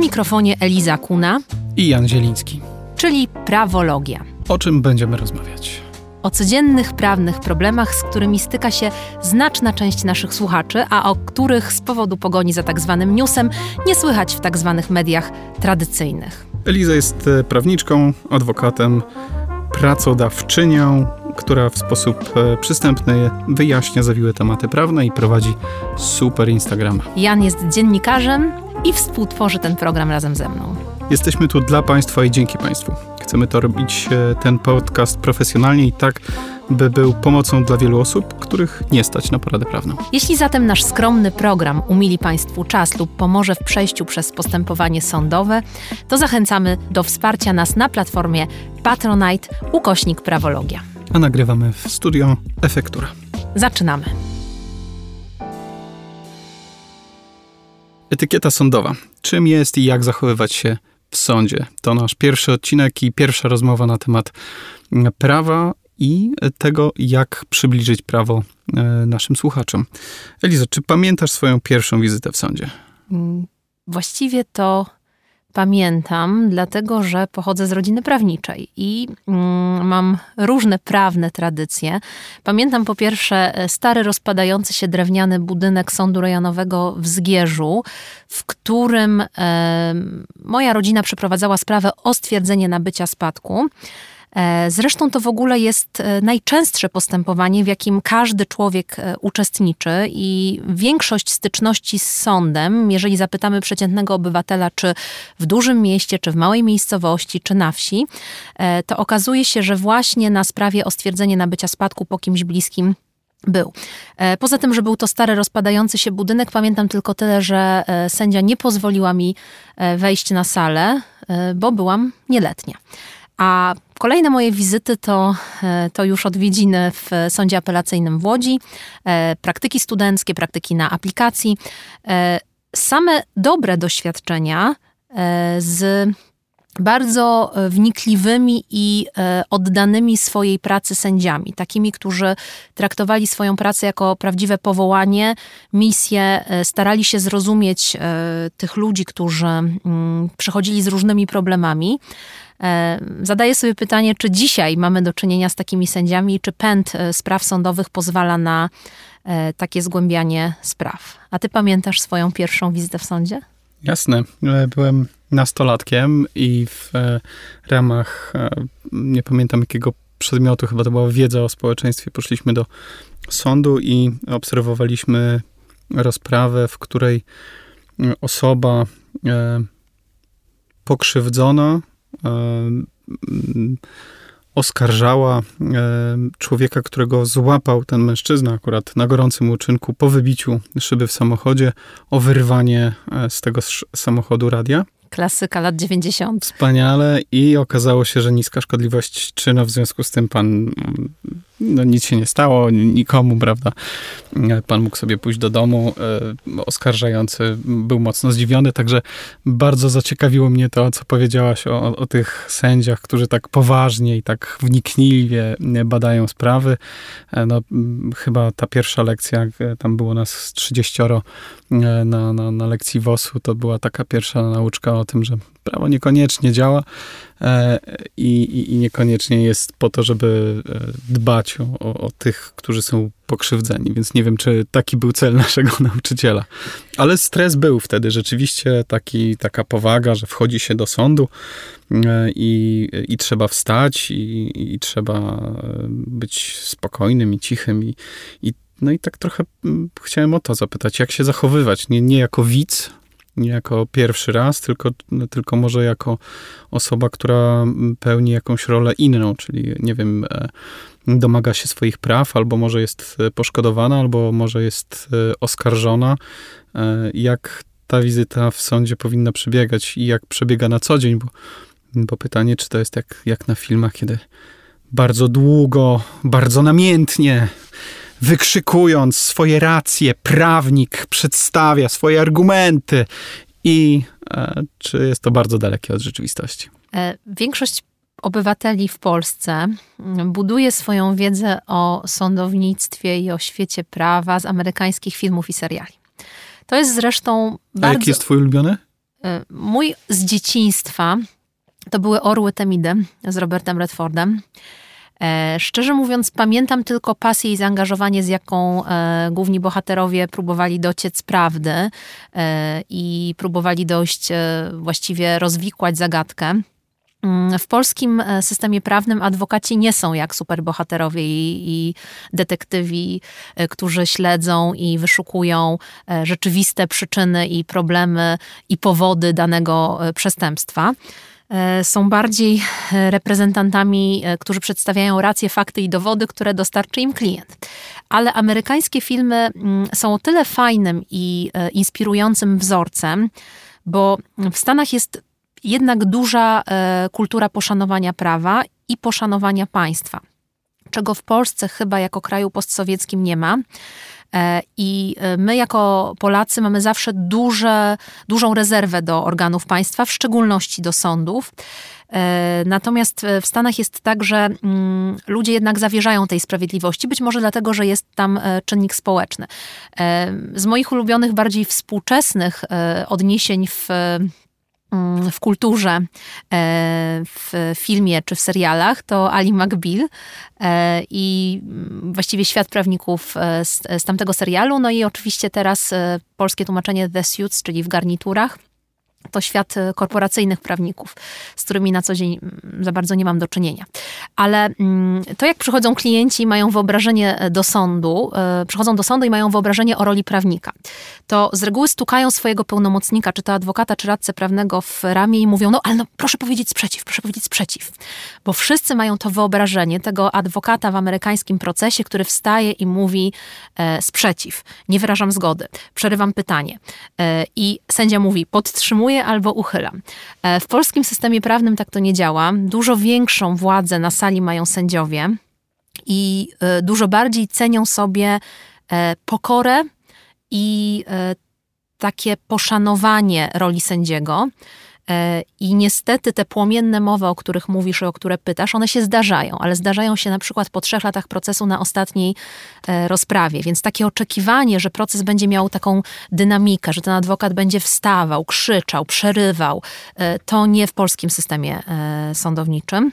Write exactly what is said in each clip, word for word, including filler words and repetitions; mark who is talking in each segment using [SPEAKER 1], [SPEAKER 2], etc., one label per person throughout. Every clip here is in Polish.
[SPEAKER 1] mikrofonie Eliza Kuna
[SPEAKER 2] i Jan Zieliński,
[SPEAKER 1] czyli Prawologia.
[SPEAKER 2] O czym będziemy rozmawiać?
[SPEAKER 1] O codziennych prawnych problemach, z którymi styka się znaczna część naszych słuchaczy, a o których z powodu pogoni za tak zwanym newsem nie słychać w tak zwanych mediach tradycyjnych.
[SPEAKER 2] Eliza jest prawniczką, adwokatem, pracodawczynią, która w sposób przystępny wyjaśnia zawiłe tematy prawne i prowadzi super Instagrama.
[SPEAKER 1] Jan jest dziennikarzem i współtworzy ten program razem ze mną.
[SPEAKER 2] Jesteśmy tu dla Państwa i dzięki Państwu. Chcemy to robić, ten podcast profesjonalnie i tak, by był pomocą dla wielu osób, których nie stać na poradę prawną.
[SPEAKER 1] Jeśli zatem nasz skromny program umili Państwu czas lub pomoże w przejściu przez postępowanie sądowe, to zachęcamy do wsparcia nas na platformie Patronite ukośnik Prawologia.
[SPEAKER 2] A nagrywamy w studio Efektura.
[SPEAKER 1] Zaczynamy.
[SPEAKER 2] Etykieta sądowa. Czym jest i jak zachowywać się w sądzie? To nasz pierwszy odcinek i pierwsza rozmowa na temat prawa i tego, jak przybliżyć prawo naszym słuchaczom. Elizo, czy pamiętasz swoją pierwszą wizytę w sądzie?
[SPEAKER 1] Właściwie to pamiętam, dlatego że pochodzę z rodziny prawniczej i mm, mam różne prawne tradycje. Pamiętam po pierwsze stary, rozpadający się drewniany budynek sądu rejonowego w Zgierzu, w którym e, moja rodzina przeprowadzała sprawę o stwierdzenie nabycia spadku. Zresztą to w ogóle jest najczęstsze postępowanie, w jakim każdy człowiek uczestniczy i większość styczności z sądem, jeżeli zapytamy przeciętnego obywatela, czy w dużym mieście, czy w małej miejscowości, czy na wsi, to okazuje się, że właśnie na sprawie o stwierdzenie nabycia spadku po kimś bliskim był. Poza tym, że był to stary, rozpadający się budynek, pamiętam tylko tyle, że sędzia nie pozwoliła mi wejść na salę, bo byłam nieletnia. A kolejne moje wizyty to, to już odwiedziny w Sądzie Apelacyjnym w Łodzi, praktyki studenckie, praktyki na aplikacji. Same dobre doświadczenia z bardzo wnikliwymi i oddanymi swojej pracy sędziami. Takimi, którzy traktowali swoją pracę jako prawdziwe powołanie, misję, starali się zrozumieć tych ludzi, którzy przychodzili z różnymi problemami. Zadaję sobie pytanie, czy dzisiaj mamy do czynienia z takimi sędziami i czy pęd spraw sądowych pozwala na takie zgłębianie spraw. A ty pamiętasz swoją pierwszą wizytę w sądzie?
[SPEAKER 2] Jasne. Byłem nastolatkiem i w ramach, nie pamiętam jakiego przedmiotu, chyba to była wiedza o społeczeństwie, poszliśmy do sądu i obserwowaliśmy rozprawę, w której osoba pokrzywdzona oskarżała człowieka, którego złapał ten mężczyzna akurat na gorącym uczynku po wybiciu szyby w samochodzie, o wyrwanie z tego samochodu radia.
[SPEAKER 1] Klasyka lat dziewięćdziesiątych.
[SPEAKER 2] Wspaniale i okazało się, że niska szkodliwość czynu, w związku z tym pan, no nic się nie stało, nikomu, prawda? Pan mógł sobie pójść do domu. Oskarżający był mocno zdziwiony, także bardzo zaciekawiło mnie to, co powiedziałaś o, o tych sędziach, którzy tak poważnie i tak wnikliwie badają sprawy. No, chyba ta pierwsza lekcja, tam było nas trzydzieścioro na, na, na lekcji W O S-u, to była taka pierwsza nauczka o tym, że prawo niekoniecznie działa e, i, i niekoniecznie jest po to, żeby dbać o, o, o tych, którzy są pokrzywdzeni. Więc nie wiem, czy taki był cel naszego nauczyciela. Ale stres był wtedy rzeczywiście taki, taka powaga, że wchodzi się do sądu e, i, i trzeba wstać i, i trzeba być spokojnym i cichym. I, i, no i tak trochę chciałem o to zapytać, jak się zachowywać? Nie, nie jako widz, nie jako pierwszy raz, tylko, tylko może jako osoba, która pełni jakąś rolę inną, czyli nie wiem, domaga się swoich praw, albo może jest poszkodowana, albo może jest oskarżona. Jak ta wizyta w sądzie powinna przebiegać i jak przebiega na co dzień, bo, bo pytanie, czy to jest jak, jak na filmach, kiedy bardzo długo, bardzo namiętnie, wykrzykując swoje racje, prawnik przedstawia swoje argumenty i e, czy jest to bardzo dalekie od rzeczywistości?
[SPEAKER 1] E, większość obywateli w Polsce buduje swoją wiedzę o sądownictwie i o świecie prawa z amerykańskich filmów i seriali. To jest zresztą bardzo...
[SPEAKER 2] A jaki jest twój ulubiony?
[SPEAKER 1] Mój z dzieciństwa to były Orły Temidy z Robertem Redfordem. Szczerze mówiąc, pamiętam tylko pasję i zaangażowanie, z jaką e, główni bohaterowie próbowali dociec prawdy e, i próbowali dojść, e, właściwie rozwikłać zagadkę. W polskim systemie prawnym adwokaci nie są jak superbohaterowie i, i detektywi, e, którzy śledzą i wyszukują e, rzeczywiste przyczyny i problemy i powody danego e, przestępstwa. Są bardziej reprezentantami, którzy przedstawiają racje, fakty i dowody, które dostarczy im klient. Ale amerykańskie filmy są o tyle fajnym i inspirującym wzorcem, bo w Stanach jest jednak duża kultura poszanowania prawa i poszanowania państwa, czego w Polsce chyba jako kraju postsowieckim nie ma. I my jako Polacy mamy zawsze duże, dużą rezerwę do organów państwa, w szczególności do sądów. Natomiast w Stanach jest tak, że ludzie jednak zawierzają tej sprawiedliwości, być może dlatego, że jest tam czynnik społeczny. Z moich ulubionych, bardziej współczesnych odniesień w w kulturze, w filmie czy w serialach, to Ali McBeal i właściwie świat prawników z, z tamtego serialu. No i oczywiście teraz polskie tłumaczenie The Suits, czyli w garniturach. To świat korporacyjnych prawników, z którymi na co dzień za bardzo nie mam do czynienia. Ale to, jak przychodzą klienci i mają wyobrażenie do sądu, przychodzą do sądu i mają wyobrażenie o roli prawnika, to z reguły stukają swojego pełnomocnika, czy to adwokata, czy radcę prawnego w ramię i mówią, no ale no, proszę powiedzieć sprzeciw, proszę powiedzieć sprzeciw. Bo wszyscy mają to wyobrażenie tego adwokata w amerykańskim procesie, który wstaje i mówi e, sprzeciw, nie wyrażam zgody, przerywam pytanie. E, I sędzia mówi, podtrzymuję albo uchylam. W polskim systemie prawnym tak to nie działa. Dużo większą władzę na sali mają sędziowie i dużo bardziej cenią sobie pokorę i takie poszanowanie roli sędziego. I niestety te płomienne mowy, o których mówisz i o które pytasz, one się zdarzają, ale zdarzają się na przykład po trzech latach procesu na ostatniej rozprawie. Więc takie oczekiwanie, że proces będzie miał taką dynamikę, że ten adwokat będzie wstawał, krzyczał, przerywał, to nie w polskim systemie sądowniczym.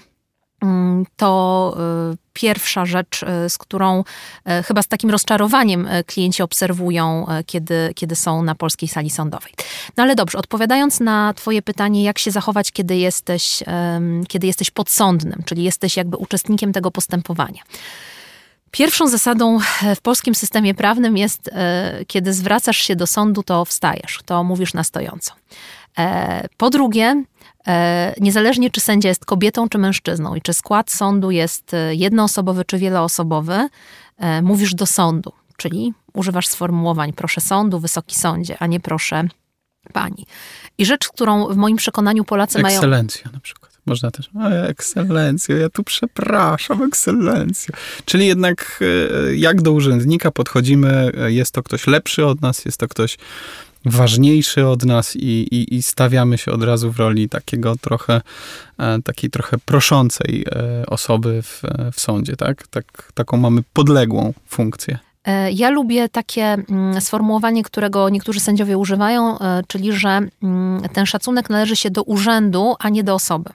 [SPEAKER 1] To pierwsza rzecz, z którą chyba z takim rozczarowaniem klienci obserwują, kiedy, kiedy są na polskiej sali sądowej. No ale dobrze, odpowiadając na twoje pytanie, jak się zachować, kiedy jesteś, kiedy jesteś podsądnym, czyli jesteś jakby uczestnikiem tego postępowania. Pierwszą zasadą w polskim systemie prawnym jest, kiedy zwracasz się do sądu, to wstajesz, to mówisz na stojąco. Po drugie, niezależnie czy sędzia jest kobietą czy mężczyzną i czy skład sądu jest jednoosobowy czy wieloosobowy, mówisz do sądu, czyli używasz sformułowań proszę sądu, wysoki sądzie, a nie proszę pani. I rzecz, którą w moim przekonaniu Polacy mają...
[SPEAKER 2] Ekscelencja na przykład. Można też, o, ekscelencjo, ja tu przepraszam, ekscelencjo. Czyli jednak jak do urzędnika podchodzimy, jest to ktoś lepszy od nas, jest to ktoś ważniejszy od nas i, i, i stawiamy się od razu w roli takiego trochę, takiej trochę proszącej osoby w, w sądzie, tak? tak? Taką mamy podległą funkcję.
[SPEAKER 1] Ja lubię takie sformułowanie, którego niektórzy sędziowie używają, czyli że ten szacunek należy się do urzędu, a nie do osoby.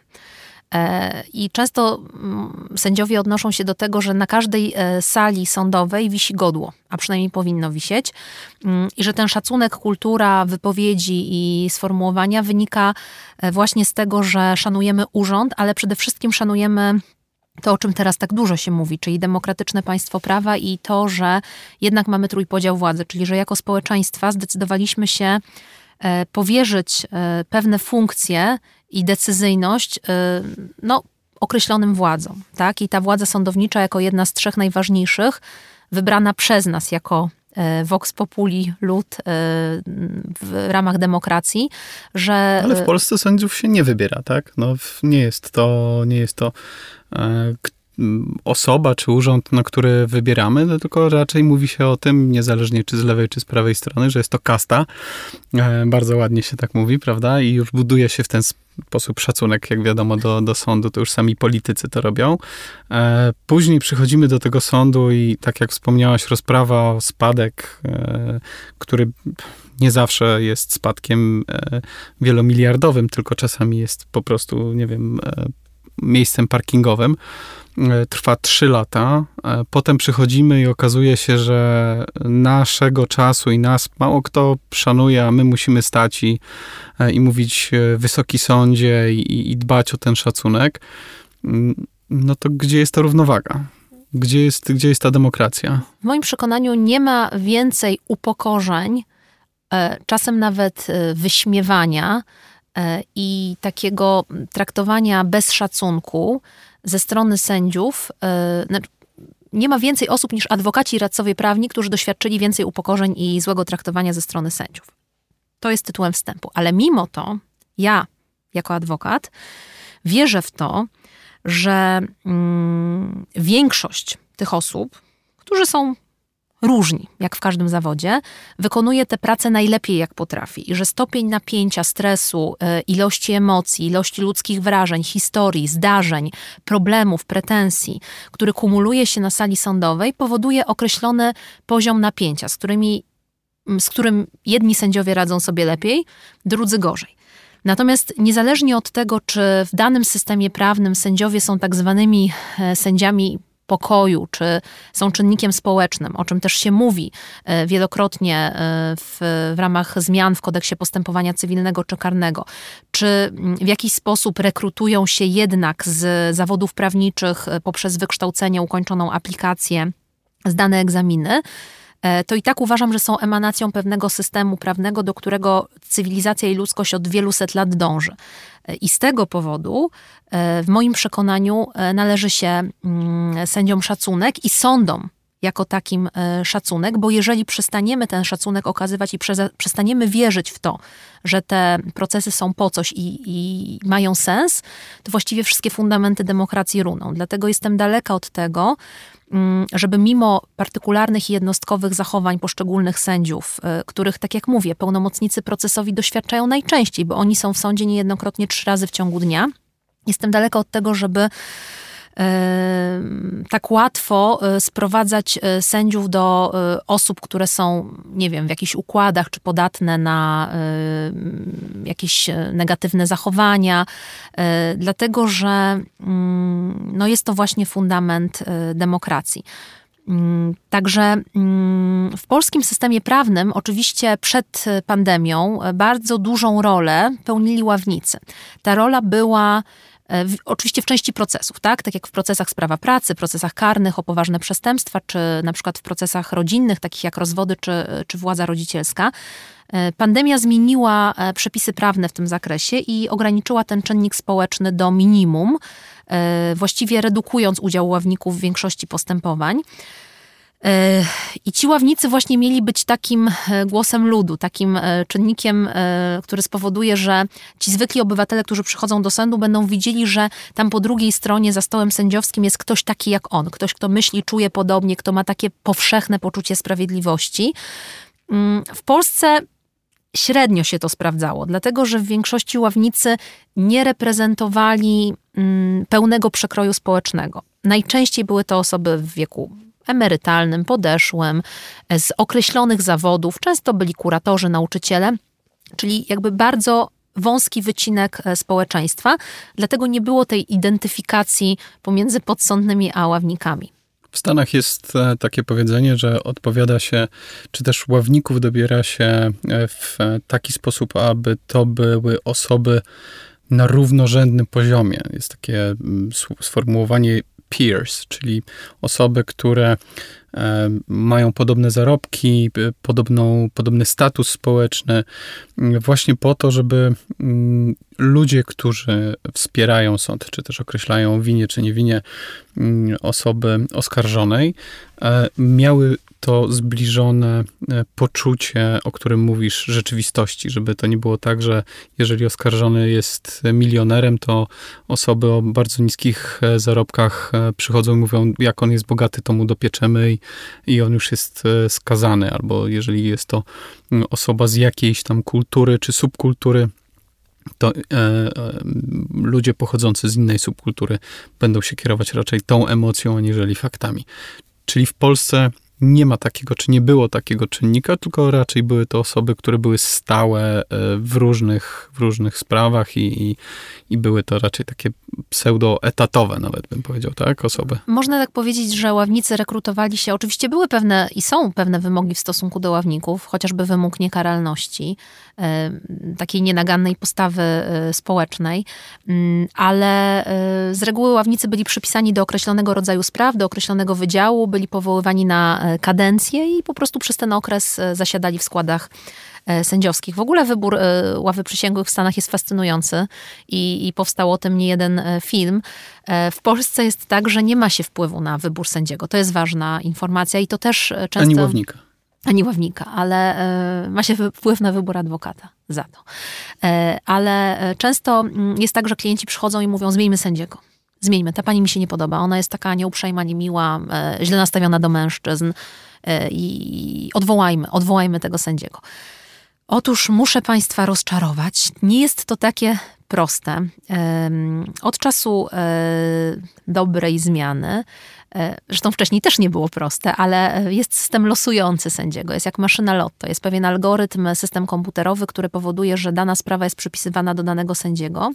[SPEAKER 1] I często sędziowie odnoszą się do tego, że na każdej sali sądowej wisi godło, a przynajmniej powinno wisieć. I że ten szacunek, kultura wypowiedzi i sformułowania wynika właśnie z tego, że szanujemy urząd, ale przede wszystkim szanujemy to, o czym teraz tak dużo się mówi, czyli demokratyczne państwo prawa i to, że jednak mamy trójpodział władzy, czyli że jako społeczeństwa zdecydowaliśmy się powierzyć pewne funkcje i decyzyjność no, określonym władzom. Tak? I ta władza sądownicza jako jedna z trzech najważniejszych, wybrana przez nas jako vox populi, lud w ramach demokracji, że...
[SPEAKER 2] Ale w Polsce sędziów się nie wybiera, tak? No, nie jest to, nie jest to osoba czy urząd, na który wybieramy, no, tylko raczej mówi się o tym, niezależnie czy z lewej, czy z prawej strony, że jest to kasta. Bardzo ładnie się tak mówi, prawda? I już buduje się w ten sposób szacunek, jak wiadomo, do, do sądu. To już sami politycy to robią. Później przychodzimy do tego sądu i tak jak wspomniałaś, rozprawa o spadek, który nie zawsze jest spadkiem wielomiliardowym, tylko czasami jest po prostu, nie wiem, miejscem parkingowym. Trwa trzy lata. Potem przychodzimy i okazuje się, że naszego czasu i nas mało kto szanuje, a my musimy stać i, i mówić Wysoki Sądzie i, i dbać o ten szacunek. No to gdzie jest ta równowaga? Gdzie jest, gdzie jest ta demokracja?
[SPEAKER 1] W moim przekonaniu nie ma więcej upokorzeń, czasem nawet wyśmiewania i takiego traktowania bez szacunku ze strony sędziów. Nie ma więcej osób niż adwokaci i radcowie prawni, którzy doświadczyli więcej upokorzeń i złego traktowania ze strony sędziów. To jest tytułem wstępu. Ale mimo to ja, jako adwokat, wierzę w to, że mm, większość tych osób, którzy są różni, jak w każdym zawodzie, wykonuje tę pracę najlepiej, jak potrafi. I że stopień napięcia, stresu, ilości emocji, ilości ludzkich wrażeń, historii, zdarzeń, problemów, pretensji, który kumuluje się na sali sądowej, powoduje określony poziom napięcia, z, którymi, z którym jedni sędziowie radzą sobie lepiej, drudzy gorzej. Natomiast niezależnie od tego, czy w danym systemie prawnym sędziowie są tak zwanymi sędziami pokoju, czy są czynnikiem społecznym, o czym też się mówi wielokrotnie w, w ramach zmian w kodeksie postępowania cywilnego czy karnego, czy w jakiś sposób rekrutują się jednak z zawodów prawniczych poprzez wykształcenie, ukończoną aplikację, zdane egzaminy, to i tak uważam, że są emanacją pewnego systemu prawnego, do którego cywilizacja i ludzkość od wielu set lat dąży. I z tego powodu, w moim przekonaniu, należy się sędziom szacunek i sądom jako takim szacunek, bo jeżeli przestaniemy ten szacunek okazywać i przestaniemy wierzyć w to, że te procesy są po coś i, i mają sens, to właściwie wszystkie fundamenty demokracji runą. Dlatego jestem daleka od tego, żeby mimo partykularnych i jednostkowych zachowań poszczególnych sędziów, których, tak jak mówię, pełnomocnicy procesowi doświadczają najczęściej, bo oni są w sądzie niejednokrotnie trzy razy w ciągu dnia, jestem daleka od tego, żeby tak łatwo sprowadzać sędziów do osób, które są, nie wiem, w jakichś układach, czy podatne na jakieś negatywne zachowania, dlatego że no jest to właśnie fundament demokracji. Także w polskim systemie prawnym oczywiście przed pandemią bardzo dużą rolę pełnili ławnicy. Ta rola była W, oczywiście w części procesów, tak? Tak jak w procesach z prawa pracy, procesach karnych o poważne przestępstwa, czy na przykład w procesach rodzinnych, takich jak rozwody, czy, czy władza rodzicielska. Pandemia zmieniła przepisy prawne w tym zakresie i ograniczyła ten czynnik społeczny do minimum, właściwie redukując udział ławników w większości postępowań. I ci ławnicy właśnie mieli być takim głosem ludu, takim czynnikiem, który spowoduje, że ci zwykli obywatele, którzy przychodzą do sądu, będą widzieli, że tam po drugiej stronie za stołem sędziowskim jest ktoś taki jak on, ktoś, kto myśli, czuje podobnie, kto ma takie powszechne poczucie sprawiedliwości. W Polsce średnio się to sprawdzało, dlatego że w większości ławnicy nie reprezentowali pełnego przekroju społecznego. Najczęściej były to osoby w wieku emerytalnym, podeszłym, z określonych zawodów. Często byli kuratorzy, nauczyciele, czyli jakby bardzo wąski wycinek społeczeństwa. Dlatego nie było tej identyfikacji pomiędzy podsądnymi a ławnikami.
[SPEAKER 2] W Stanach jest takie powiedzenie, że odpowiada się, czy też ławników dobiera się w taki sposób, aby to były osoby na równorzędnym poziomie. Jest takie sformułowanie peers, czyli osoby, które e, mają podobne zarobki, podobną, podobny status społeczny, właśnie po to, żeby m, ludzie, którzy wspierają sąd, czy też określają winie czy niewinie m, osoby oskarżonej, e, miały to zbliżone poczucie, o którym mówisz, rzeczywistości, żeby to nie było tak, że jeżeli oskarżony jest milionerem, to osoby o bardzo niskich zarobkach przychodzą i mówią, jak on jest bogaty, to mu dopieczemy i, i on już jest skazany, albo jeżeli jest to osoba z jakiejś tam kultury czy subkultury, to e, e, ludzie pochodzący z innej subkultury będą się kierować raczej tą emocją, aniżeli faktami. Czyli w Polsce nie ma takiego, czy nie było takiego czynnika, tylko raczej były to osoby, które były stałe w różnych, w różnych sprawach i, i, i były to raczej takie pseudo-etatowe nawet, bym powiedział, tak? Osoby.
[SPEAKER 1] Można tak powiedzieć, że ławnicy rekrutowali się, oczywiście były pewne i są pewne wymogi w stosunku do ławników, chociażby wymóg niekaralności, takiej nienagannej postawy społecznej, ale z reguły ławnicy byli przypisani do określonego rodzaju spraw, do określonego wydziału, byli powoływani na kadencję i po prostu przez ten okres zasiadali w składach sędziowskich. W ogóle wybór ławy przysięgłych w Stanach jest fascynujący i, i powstał o tym niejeden film. W Polsce jest tak, że nie ma się wpływu na wybór sędziego. To jest ważna informacja i to też często...
[SPEAKER 2] Ani ławnika.
[SPEAKER 1] Ani ławnika, ale ma się wpływ na wybór adwokata za to. Ale często jest tak, że klienci przychodzą i mówią: zmieńmy sędziego. Zmieńmy, ta pani mi się nie podoba. Ona jest taka nieuprzejma, niemiła, źle nastawiona do mężczyzn i odwołajmy, odwołajmy tego sędziego. Otóż muszę państwa rozczarować. Nie jest to takie proste. Od czasu dobrej zmiany, zresztą wcześniej też nie było proste, ale jest system losujący sędziego. Jest jak maszyna lotto. Jest pewien algorytm, system komputerowy, który powoduje, że dana sprawa jest przypisywana do danego sędziego.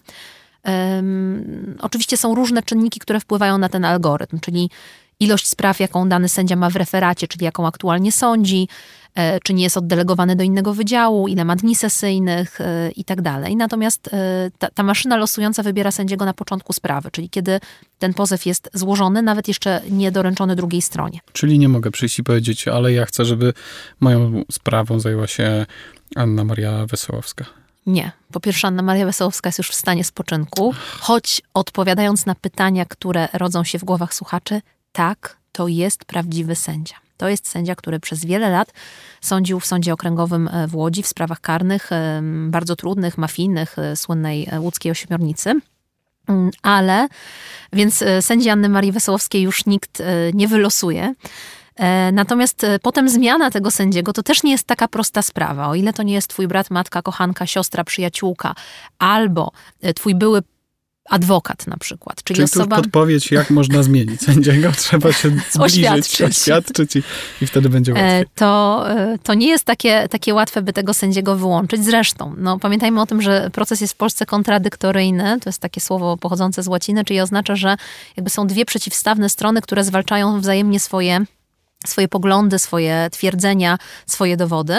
[SPEAKER 1] Um, oczywiście są różne czynniki, które wpływają na ten algorytm, czyli ilość spraw, jaką dany sędzia ma w referacie, czyli jaką aktualnie sądzi, e, czy nie jest oddelegowany do innego wydziału, ile ma dni sesyjnych e, i tak dalej. Natomiast e, ta, ta maszyna losująca wybiera sędziego na początku sprawy, czyli kiedy ten pozew jest złożony, nawet jeszcze nie doręczony drugiej stronie.
[SPEAKER 2] Czyli nie mogę przyjść i powiedzieć: ale ja chcę, żeby moją sprawą zajęła się Anna Maria Wesołowska.
[SPEAKER 1] Nie. Po pierwsze, Anna Maria Wesołowska jest już w stanie spoczynku, choć odpowiadając na pytania, które rodzą się w głowach słuchaczy, tak, to jest prawdziwy sędzia. To jest sędzia, który przez wiele lat sądził w Sądzie Okręgowym w Łodzi w sprawach karnych, bardzo trudnych, mafijnych, słynnej łódzkiej ośmiornicy. Ale, więc sędzi Anny Marii Wesołowskiej już nikt nie wylosuje. Natomiast potem zmiana tego sędziego to też nie jest taka prosta sprawa. O ile to nie jest twój brat, matka, kochanka, siostra, przyjaciółka, albo twój były adwokat na przykład. Czyli,
[SPEAKER 2] czyli
[SPEAKER 1] osoba...
[SPEAKER 2] tu podpowiedź, jak można zmienić sędziego. Trzeba się zbliżyć, oświadczyć, oświadczyć i, i wtedy będzie łatwiej.
[SPEAKER 1] To, to nie jest takie, takie łatwe, by tego sędziego wyłączyć. Zresztą, no, pamiętajmy o tym, że proces jest w Polsce kontradyktoryjny. To jest takie słowo pochodzące z łaciny, czyli oznacza, że jakby są dwie przeciwstawne strony, które zwalczają wzajemnie swoje swoje poglądy, swoje twierdzenia, swoje dowody.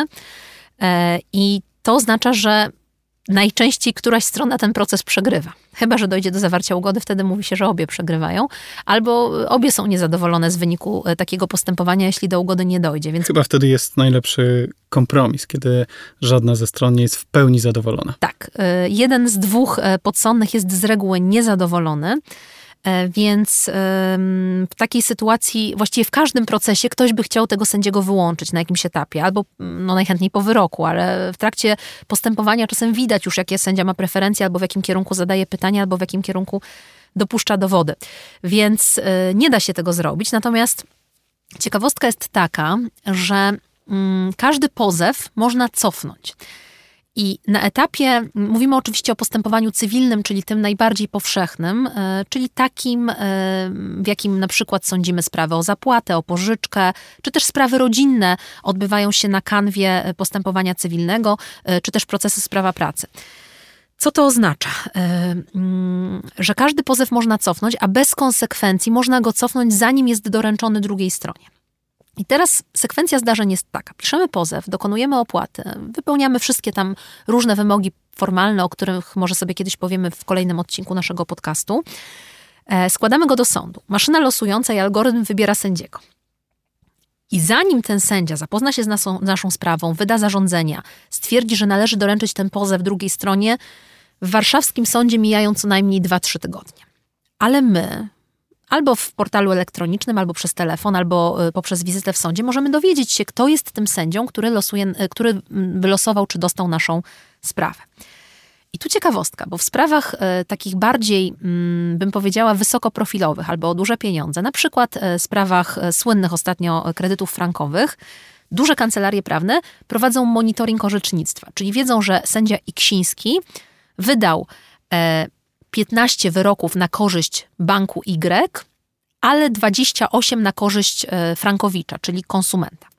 [SPEAKER 1] I to oznacza, że najczęściej któraś strona ten proces przegrywa. Chyba że dojdzie do zawarcia ugody, wtedy mówi się, że obie przegrywają. Albo obie są niezadowolone z wyniku takiego postępowania, jeśli do ugody nie dojdzie. Więc...
[SPEAKER 2] Chyba wtedy jest najlepszy kompromis, kiedy żadna ze stron nie jest w pełni zadowolona.
[SPEAKER 1] Tak. Jeden z dwóch podsądnych jest z reguły niezadowolony. Więc w takiej sytuacji, właściwie w każdym procesie ktoś by chciał tego sędziego wyłączyć na jakimś etapie, albo no najchętniej po wyroku, ale w trakcie postępowania czasem widać już, jakie sędzia ma preferencje, albo w jakim kierunku zadaje pytania, albo w jakim kierunku dopuszcza dowody. Więc nie da się tego zrobić. Natomiast ciekawostka jest taka, że każdy pozew można cofnąć. I na etapie, mówimy oczywiście o postępowaniu cywilnym, czyli tym najbardziej powszechnym, czyli takim, w jakim na przykład sądzimy sprawy o zapłatę, o pożyczkę, czy też sprawy rodzinne odbywają się na kanwie postępowania cywilnego, czy też procesy z prawa pracy. Co to oznacza? Że każdy pozew można cofnąć, a bez konsekwencji można go cofnąć, zanim jest doręczony drugiej stronie. I teraz sekwencja zdarzeń jest taka. Piszemy pozew, dokonujemy opłaty, wypełniamy wszystkie tam różne wymogi formalne, o których może sobie kiedyś powiemy w kolejnym odcinku naszego podcastu. Składamy go do sądu. Maszyna losująca i algorytm wybiera sędziego. I zanim ten sędzia zapozna się z naszą, naszą sprawą, wyda zarządzenia, stwierdzi, że należy doręczyć ten pozew drugiej stronie, w warszawskim sądzie mijają co najmniej dwa trzy tygodnie. Ale my... albo w portalu elektronicznym, albo przez telefon, albo poprzez wizytę w sądzie możemy dowiedzieć się, kto jest tym sędzią, który, losuje, który wylosował czy dostał naszą sprawę. I tu ciekawostka, bo w sprawach e, takich bardziej, m, bym powiedziała, wysokoprofilowych albo o duże pieniądze, na przykład e, sprawach e, słynnych ostatnio kredytów frankowych, duże kancelarie prawne prowadzą monitoring orzecznictwa, czyli wiedzą, że sędzia Iksiński wydał e, piętnaście wyroków na korzyść banku Y, ale dwadzieścia osiem na korzyść frankowicza, czyli konsumenta.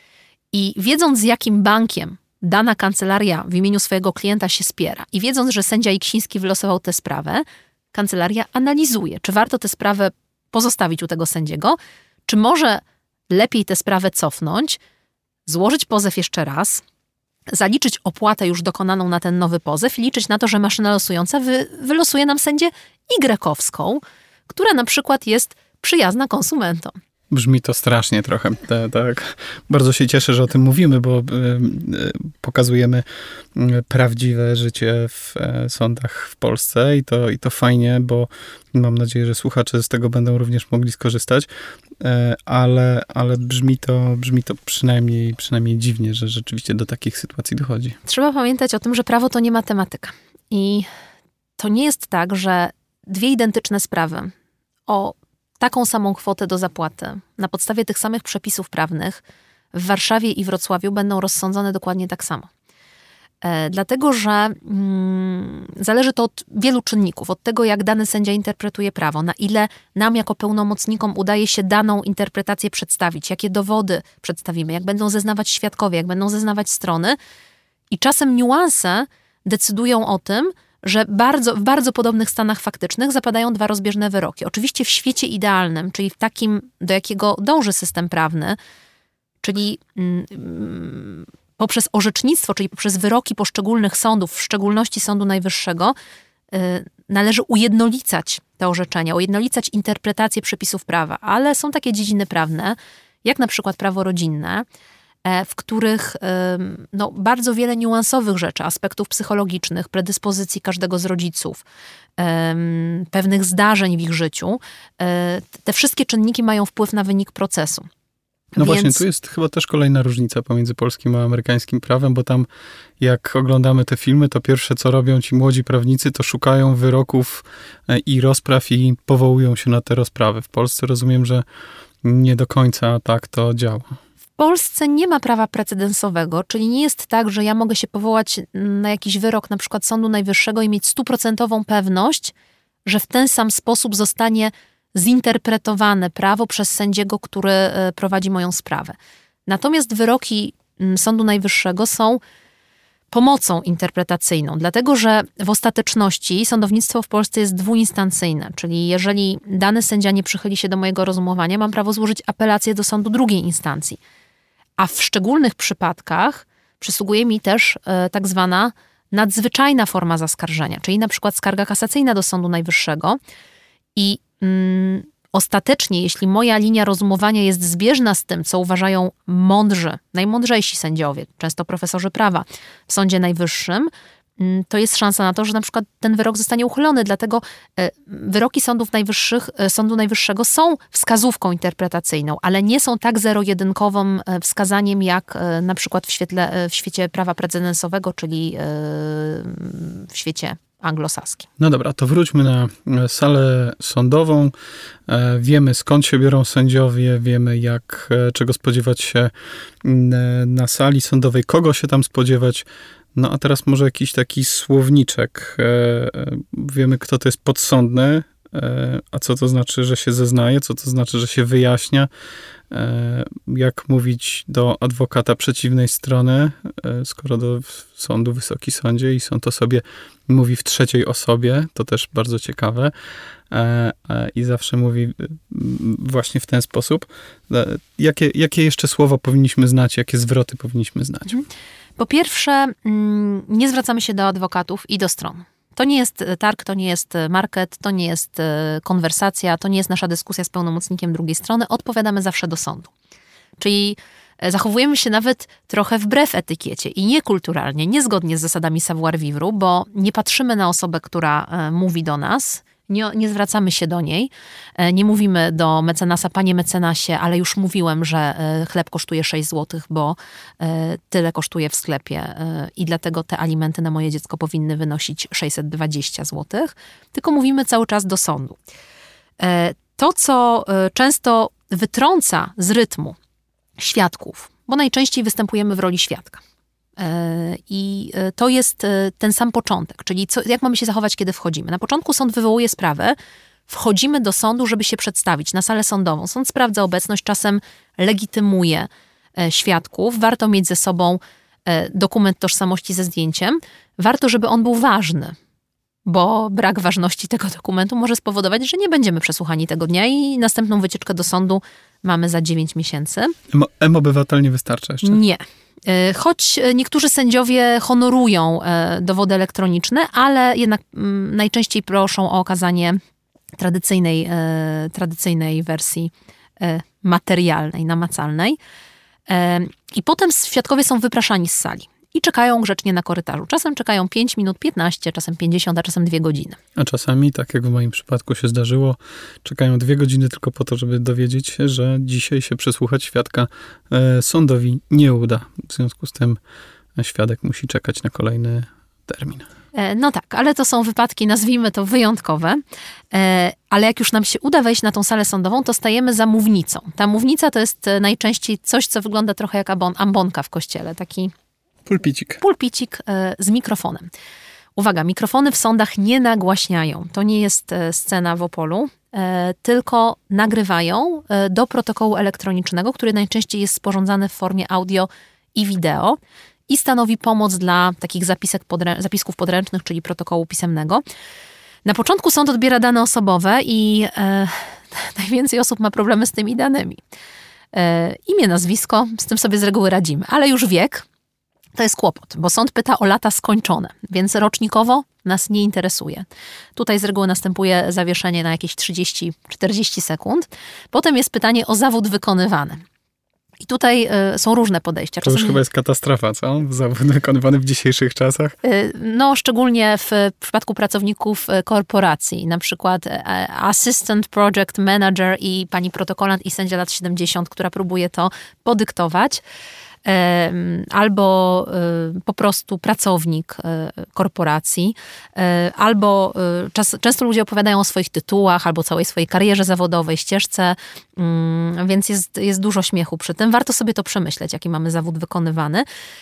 [SPEAKER 1] I wiedząc, z jakim bankiem dana kancelaria w imieniu swojego klienta się spiera i wiedząc, że sędzia Iksiński wylosował tę sprawę, kancelaria analizuje, czy warto tę sprawę pozostawić u tego sędziego, czy może lepiej tę sprawę cofnąć, złożyć pozew jeszcze raz, zaliczyć opłatę już dokonaną na ten nowy pozew i liczyć na to, że maszyna losująca wy, wylosuje nam sędzię Y-owską, która na przykład jest przyjazna konsumentom.
[SPEAKER 2] Brzmi to strasznie trochę. Tak, tak. Bardzo się cieszę, że o tym mówimy, bo y, y, pokazujemy y, prawdziwe życie w y, sądach w Polsce i to, i to fajnie, bo mam nadzieję, że słuchacze z tego będą również mogli skorzystać, y, ale, ale brzmi to, brzmi to przynajmniej, przynajmniej dziwnie, że rzeczywiście do takich sytuacji dochodzi.
[SPEAKER 1] Trzeba pamiętać o tym, że prawo to nie matematyka. I to nie jest tak, że dwie identyczne sprawy o taką samą kwotę do zapłaty na podstawie tych samych przepisów prawnych w Warszawie i Wrocławiu będą rozsądzone dokładnie tak samo. E, dlatego, że mm, zależy to od wielu czynników. Od tego, jak dany sędzia interpretuje prawo, na ile nam jako pełnomocnikom udaje się daną interpretację przedstawić, jakie dowody przedstawimy, jak będą zeznawać świadkowie, jak będą zeznawać strony. I czasem niuanse decydują o tym, że bardzo, w bardzo podobnych stanach faktycznych zapadają dwa rozbieżne wyroki. Oczywiście w świecie idealnym, czyli w takim, do jakiego dąży system prawny, czyli mm, poprzez orzecznictwo, czyli poprzez wyroki poszczególnych sądów, w szczególności Sądu Najwyższego, yy, należy ujednolicać te orzeczenia, ujednolicać interpretację przepisów prawa, ale są takie dziedziny prawne, jak na przykład prawo rodzinne, w których no, bardzo wiele niuansowych rzeczy, aspektów psychologicznych, predyspozycji każdego z rodziców, pewnych zdarzeń w ich życiu, te wszystkie czynniki mają wpływ na wynik procesu.
[SPEAKER 2] No
[SPEAKER 1] Więc...
[SPEAKER 2] właśnie, tu jest chyba też kolejna różnica pomiędzy polskim a amerykańskim prawem, bo tam jak oglądamy te filmy, to pierwsze co robią ci młodzi prawnicy, to szukają wyroków i rozpraw i powołują się na te rozprawy. W Polsce rozumiem, że nie do końca tak to działa.
[SPEAKER 1] W Polsce nie ma prawa precedensowego, czyli nie jest tak, że ja mogę się powołać na jakiś wyrok na przykład Sądu Najwyższego i mieć stuprocentową pewność, że w ten sam sposób zostanie zinterpretowane prawo przez sędziego, który prowadzi moją sprawę. Natomiast wyroki Sądu Najwyższego są pomocą interpretacyjną, dlatego że w ostateczności sądownictwo w Polsce jest dwuinstancyjne, czyli jeżeli dany sędzia nie przychyli się do mojego rozumowania, mam prawo złożyć apelację do sądu drugiej instancji. A w szczególnych przypadkach przysługuje mi też e, tak zwana nadzwyczajna forma zaskarżenia, czyli na przykład skarga kasacyjna do Sądu Najwyższego i mm, ostatecznie, jeśli moja linia rozumowania jest zbieżna z tym, co uważają mądrzy, najmądrzejsi sędziowie, często profesorzy prawa w Sądzie Najwyższym, to jest szansa na to, że na przykład ten wyrok zostanie uchylony. Dlatego wyroki sądów najwyższych, Sądu Najwyższego są wskazówką interpretacyjną, ale nie są tak zero-jedynkowym wskazaniem, jak na przykład w, świetle, w świecie prawa precedensowego, czyli w świecie anglosaskim.
[SPEAKER 2] No dobra, to wróćmy na salę sądową. Wiemy, skąd się biorą sędziowie, wiemy, jak, czego spodziewać się na sali sądowej, kogo się tam spodziewać. No a teraz może jakiś taki słowniczek. Wiemy, kto to jest podsądny, a co to znaczy, że się zeznaje, co to znaczy, że się wyjaśnia. Jak mówić do adwokata przeciwnej strony, skoro do sądu, Wysoki Sądzie i sąd o sobie mówi w trzeciej osobie, to też bardzo ciekawe i zawsze mówi właśnie w ten sposób. Jakie, jakie jeszcze słowa powinniśmy znać, jakie zwroty powinniśmy znać?
[SPEAKER 1] Po pierwsze, nie zwracamy się do adwokatów i do stron. To nie jest targ, to nie jest market, to nie jest konwersacja, to nie jest nasza dyskusja z pełnomocnikiem drugiej strony. Odpowiadamy zawsze do sądu. Czyli zachowujemy się nawet trochę wbrew etykiecie i niekulturalnie, niezgodnie z zasadami savoir-vivre, bo nie patrzymy na osobę, która mówi do nas, nie, nie zwracamy się do niej, nie mówimy do mecenasa, panie mecenasie, ale już mówiłem, że chleb kosztuje sześć złotych, bo tyle kosztuje w sklepie i dlatego te alimenty na moje dziecko powinny wynosić sześćset dwadzieścia złotych, tylko mówimy cały czas do sądu. To, co często wytrąca z rytmu świadków, bo najczęściej występujemy w roli świadka. I to jest ten sam początek, czyli co, jak mamy się zachować, kiedy wchodzimy. Na początku sąd wywołuje sprawę, wchodzimy do sądu, żeby się przedstawić na salę sądową. Sąd sprawdza obecność, czasem legitymuje świadków. Warto mieć ze sobą dokument tożsamości ze zdjęciem. Warto, żeby on był ważny, bo brak ważności tego dokumentu może spowodować, że nie będziemy przesłuchani tego dnia i następną wycieczkę do sądu mamy za dziewięć miesięcy.
[SPEAKER 2] M-Obywatel nie wystarcza jeszcze?
[SPEAKER 1] Nie. Choć niektórzy sędziowie honorują dowody elektroniczne, ale jednak najczęściej proszą o okazanie tradycyjnej, tradycyjnej wersji materialnej, namacalnej. I potem świadkowie są wypraszani z sali i czekają grzecznie na korytarzu. Czasem czekają pięć minut, piętnaście, czasem pięćdziesiąt, a czasem dwie godziny.
[SPEAKER 2] A czasami, tak jak w moim przypadku się zdarzyło, czekają dwie godziny tylko po to, żeby dowiedzieć się, że dzisiaj się przesłuchać świadka e, sądowi nie uda. W związku z tym świadek musi czekać na kolejny termin.
[SPEAKER 1] No tak, ale to są wypadki, nazwijmy to wyjątkowe, ale jak już nam się uda wejść na tą salę sądową, to stajemy za mównicą. Ta mównica to jest najczęściej coś, co wygląda trochę jak ambonka w kościele, taki
[SPEAKER 2] pulpicik.
[SPEAKER 1] Pulpicik z mikrofonem. Uwaga, mikrofony w sądach nie nagłaśniają. To nie jest scena w Opolu, tylko nagrywają do protokołu elektronicznego, który najczęściej jest sporządzany w formie audio i wideo i stanowi pomoc dla takich zapisek podrę- zapisków podręcznych, czyli protokołu pisemnego. Na początku sąd odbiera dane osobowe i e, najwięcej osób ma problemy z tymi danymi. E, imię, nazwisko, z tym sobie z reguły radzimy, ale już wiek to jest kłopot, bo sąd pyta o lata skończone, więc rocznikowo nas nie interesuje. Tutaj z reguły następuje zawieszenie na jakieś trzydzieści czterdzieści sekund. Potem jest pytanie o zawód wykonywany. I tutaj y, są różne podejścia.
[SPEAKER 2] To już Czasami... chyba jest katastrofa, co? Zawód wykonywany w dzisiejszych czasach.
[SPEAKER 1] Y, no, szczególnie w, w przypadku pracowników korporacji. Na przykład y, assistant project manager i pani protokolant i sędzia lat siedemdziesiąt, która próbuje to podyktować. Albo po prostu pracownik korporacji, albo czas, często ludzie opowiadają o swoich tytułach, albo całej swojej karierze zawodowej, ścieżce, więc jest, jest dużo śmiechu przy tym. Warto sobie to przemyśleć, jaki mamy zawód wykonywany.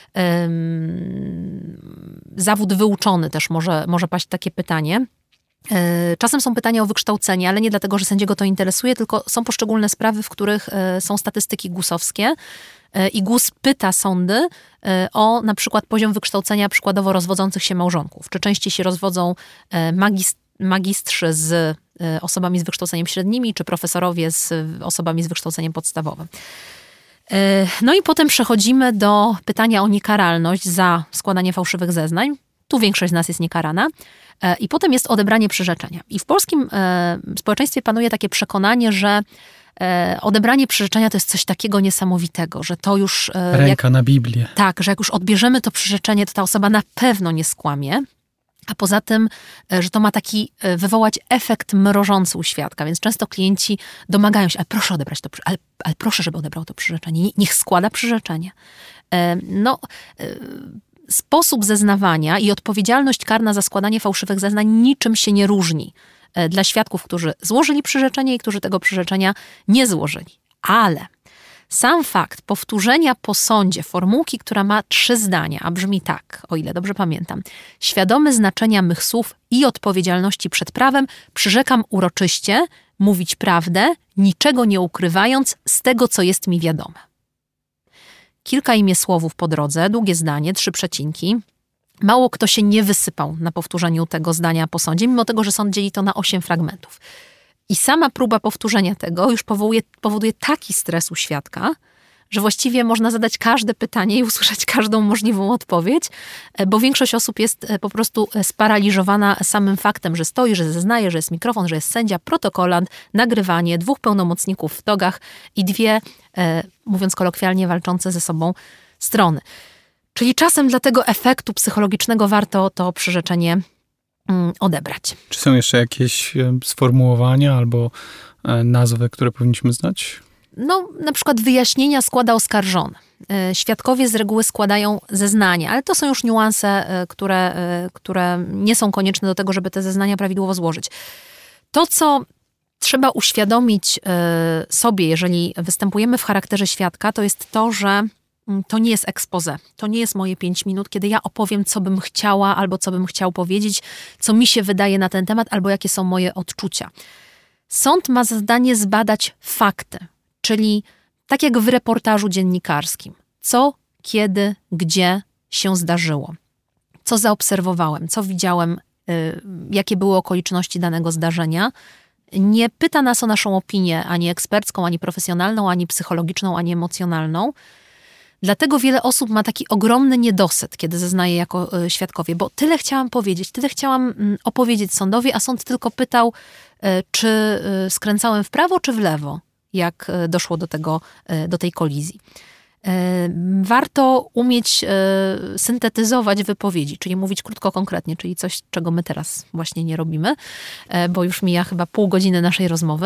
[SPEAKER 1] Zawód wyuczony też może, może paść takie pytanie. Czasem są pytania o wykształcenie, ale nie dlatego, że sędziego to interesuje, tylko są poszczególne sprawy, w których są statystyki gusowskie i GUS pyta sądy o na przykład poziom wykształcenia przykładowo rozwodzących się małżonków. Czy częściej się rozwodzą magist- magistrzy z osobami z wykształceniem średnimi, czy profesorowie z osobami z wykształceniem podstawowym. No i potem przechodzimy do pytania o niekaralność za składanie fałszywych zeznań. Tu większość z nas jest niekarana. I potem jest odebranie przyrzeczenia. I w polskim społeczeństwie panuje takie przekonanie, że odebranie przyrzeczenia to jest coś takiego niesamowitego, że to już...
[SPEAKER 2] Ręka jak, na Biblię.
[SPEAKER 1] Tak, że jak już odbierzemy to przyrzeczenie, to ta osoba na pewno nie skłamie. A poza tym, że to ma taki wywołać efekt mrożący u świadka, więc często klienci domagają się, ale proszę odebrać to, ale, ale proszę, żeby odebrał to przyrzeczenie. Niech składa przyrzeczenie. No... Sposób zeznawania i odpowiedzialność karna za składanie fałszywych zeznań niczym się nie różni dla świadków, którzy złożyli przyrzeczenie i którzy tego przyrzeczenia nie złożyli. Ale sam fakt powtórzenia po sądzie formułki, która ma trzy zdania, a brzmi tak, o ile dobrze pamiętam. Świadomy znaczenia mych słów i odpowiedzialności przed prawem, przyrzekam uroczyście mówić prawdę, niczego nie ukrywając z tego, co jest mi wiadome. Kilka imię słowów po drodze, długie zdanie, trzy przecinki. Mało kto się nie wysypał na powtórzeniu tego zdania po sądzie, mimo tego, że sąd dzieli to na osiem fragmentów. I sama próba powtórzenia tego już powoduje, powoduje taki stres u świadka, że właściwie można zadać każde pytanie i usłyszeć każdą możliwą odpowiedź, bo większość osób jest po prostu sparaliżowana samym faktem, że stoi, że zeznaje, że jest mikrofon, że jest sędzia, protokolant, nagrywanie, dwóch pełnomocników w togach i dwie, mówiąc kolokwialnie, walczące ze sobą strony. Czyli czasem dla tego efektu psychologicznego warto to przyrzeczenie odebrać.
[SPEAKER 2] Czy są jeszcze jakieś sformułowania albo nazwy, które powinniśmy znać?
[SPEAKER 1] No, na przykład wyjaśnienia składa oskarżony. Świadkowie z reguły składają zeznania, ale to są już niuanse, które, które nie są konieczne do tego, żeby te zeznania prawidłowo złożyć. To, co trzeba uświadomić sobie, jeżeli występujemy w charakterze świadka, to jest to, że to nie jest expose. To nie jest moje pięć minut, kiedy ja opowiem, co bym chciała albo co bym chciał powiedzieć, co mi się wydaje na ten temat, albo jakie są moje odczucia. Sąd ma za zadanie zbadać fakty, czyli tak jak w reportażu dziennikarskim. Co, kiedy, gdzie się zdarzyło. Co zaobserwowałem, co widziałem, y, jakie były okoliczności danego zdarzenia. Nie pyta nas o naszą opinię, ani ekspercką, ani profesjonalną, ani psychologiczną, ani emocjonalną. Dlatego wiele osób ma taki ogromny niedosyt, kiedy zeznaje jako y, świadkowie, bo tyle chciałam powiedzieć, tyle chciałam y, opowiedzieć sądowi, a sąd tylko pytał, y, czy y, skręcałem w prawo, czy w lewo, jak y, doszło do tego, y, do tej kolizji. Warto umieć syntetyzować wypowiedzi, czyli mówić krótko, konkretnie, czyli coś, czego my teraz właśnie nie robimy, bo już mija chyba pół godziny naszej rozmowy.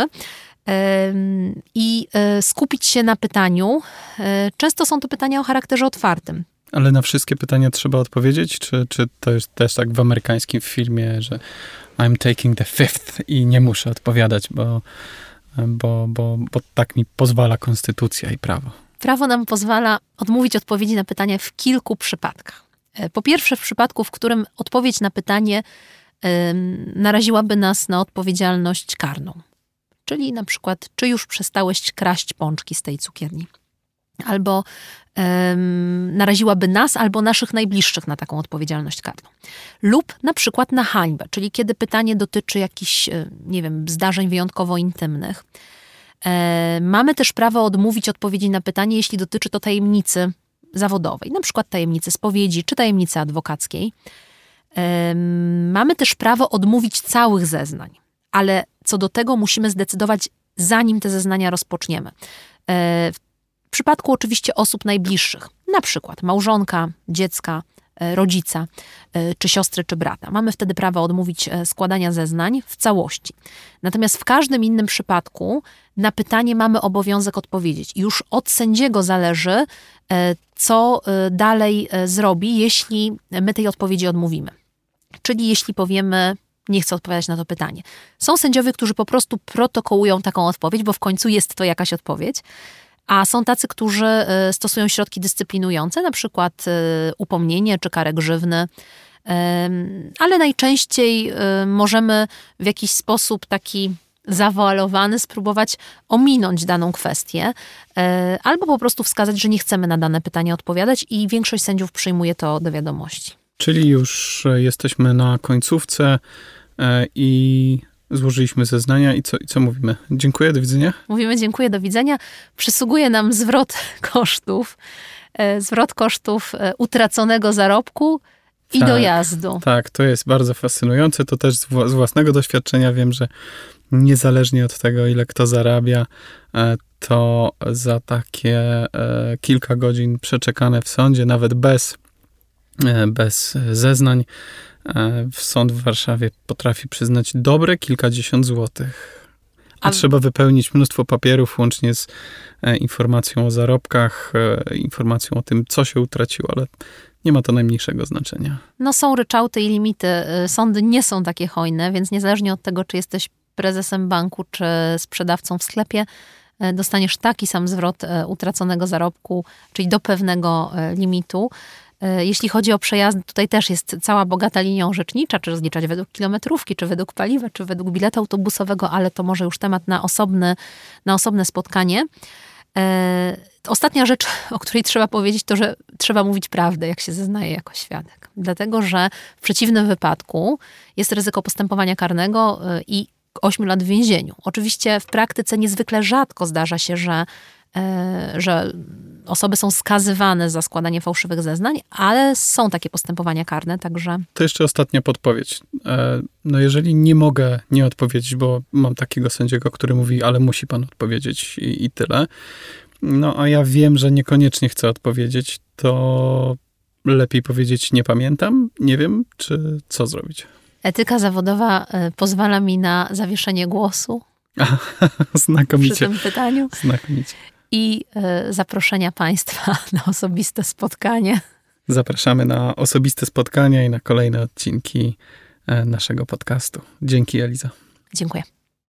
[SPEAKER 1] I skupić się na pytaniu. Często są to pytania o charakterze otwartym.
[SPEAKER 2] Ale na wszystkie pytania trzeba odpowiedzieć? Czy, czy to jest też tak w amerykańskim filmie, że I'm taking the fifth i nie muszę odpowiadać, bo, bo, bo, bo tak mi pozwala konstytucja i prawo?
[SPEAKER 1] Prawo nam pozwala odmówić odpowiedzi na pytania w kilku przypadkach. Po pierwsze, w przypadku, w którym odpowiedź na pytanie ym, naraziłaby nas na odpowiedzialność karną. Czyli na przykład, czy już przestałeś kraść pączki z tej cukierni? Albo ym, naraziłaby nas albo naszych najbliższych na taką odpowiedzialność karną. Lub na przykład na hańbę, czyli kiedy pytanie dotyczy jakichś, nie wiem, zdarzeń wyjątkowo intymnych. Mamy też prawo odmówić odpowiedzi na pytanie, jeśli dotyczy to tajemnicy zawodowej, na przykład tajemnicy spowiedzi czy tajemnicy adwokackiej. Mamy też prawo odmówić całych zeznań, ale co do tego musimy zdecydować, zanim te zeznania rozpoczniemy. W przypadku oczywiście osób najbliższych, na przykład małżonka, dziecka, rodzica, czy siostry, czy brata. Mamy wtedy prawo odmówić składania zeznań w całości. Natomiast w każdym innym przypadku na pytanie mamy obowiązek odpowiedzieć. Już od sędziego zależy, co dalej zrobi, jeśli my tej odpowiedzi odmówimy. Czyli jeśli powiemy, nie chcę odpowiadać na to pytanie. Są sędziowie, którzy po prostu protokołują taką odpowiedź, bo w końcu jest to jakaś odpowiedź. A są tacy, którzy stosują środki dyscyplinujące, na przykład upomnienie czy karę grzywny, ale najczęściej możemy w jakiś sposób taki zawoalowany spróbować ominąć daną kwestię albo po prostu wskazać, że nie chcemy na dane pytanie odpowiadać i większość sędziów przyjmuje to do wiadomości.
[SPEAKER 2] Czyli już jesteśmy na końcówce i złożyliśmy zeznania i co, i co mówimy? Dziękuję, do widzenia?
[SPEAKER 1] Mówimy dziękuję, do widzenia. Przysługuje nam zwrot kosztów, zwrot kosztów utraconego zarobku i
[SPEAKER 2] tak,
[SPEAKER 1] dojazdu.
[SPEAKER 2] Tak, to jest bardzo fascynujące. To też z własnego doświadczenia wiem, że niezależnie od tego, ile kto zarabia, to za takie kilka godzin przeczekane w sądzie, nawet bez, bez zeznań, w sąd w Warszawie potrafi przyznać dobre kilkadziesiąt złotych. A, A trzeba wypełnić mnóstwo papierów, łącznie z e, informacją o zarobkach, e, informacją o tym, co się utraciło, ale nie ma to najmniejszego znaczenia.
[SPEAKER 1] No są ryczałty i limity. Sądy nie są takie hojne, więc niezależnie od tego, czy jesteś prezesem banku, czy sprzedawcą w sklepie, dostaniesz taki sam zwrot utraconego zarobku, czyli do pewnego limitu. Jeśli chodzi o przejazdy, tutaj też jest cała bogata linia orzecznicza, czy rozliczać według kilometrówki, czy według paliwa, czy według biletu autobusowego, ale to może już temat na osobne, na osobne spotkanie. E, ostatnia rzecz, o której trzeba powiedzieć, to, że trzeba mówić prawdę, jak się zeznaje jako świadek. Dlatego, że w przeciwnym wypadku jest ryzyko postępowania karnego i ośmiu lat w więzieniu. Oczywiście w praktyce niezwykle rzadko zdarza się, że że osoby są skazywane za składanie fałszywych zeznań, ale są takie postępowania karne, także...
[SPEAKER 2] To jeszcze ostatnia podpowiedź. No jeżeli nie mogę nie odpowiedzieć, bo mam takiego sędziego, który mówi, ale musi pan odpowiedzieć i, i tyle. No a ja wiem, że niekoniecznie chcę odpowiedzieć, to lepiej powiedzieć nie pamiętam, nie wiem, czy co zrobić.
[SPEAKER 1] Etyka zawodowa pozwala mi na zawieszenie głosu.
[SPEAKER 2] Znakomicie.
[SPEAKER 1] Przy tym pytaniu.
[SPEAKER 2] Znakomicie.
[SPEAKER 1] I y, zaproszenia państwa na osobiste spotkanie.
[SPEAKER 2] Zapraszamy na osobiste spotkania i na kolejne odcinki naszego podcastu. Dzięki, Eliza.
[SPEAKER 1] Dziękuję.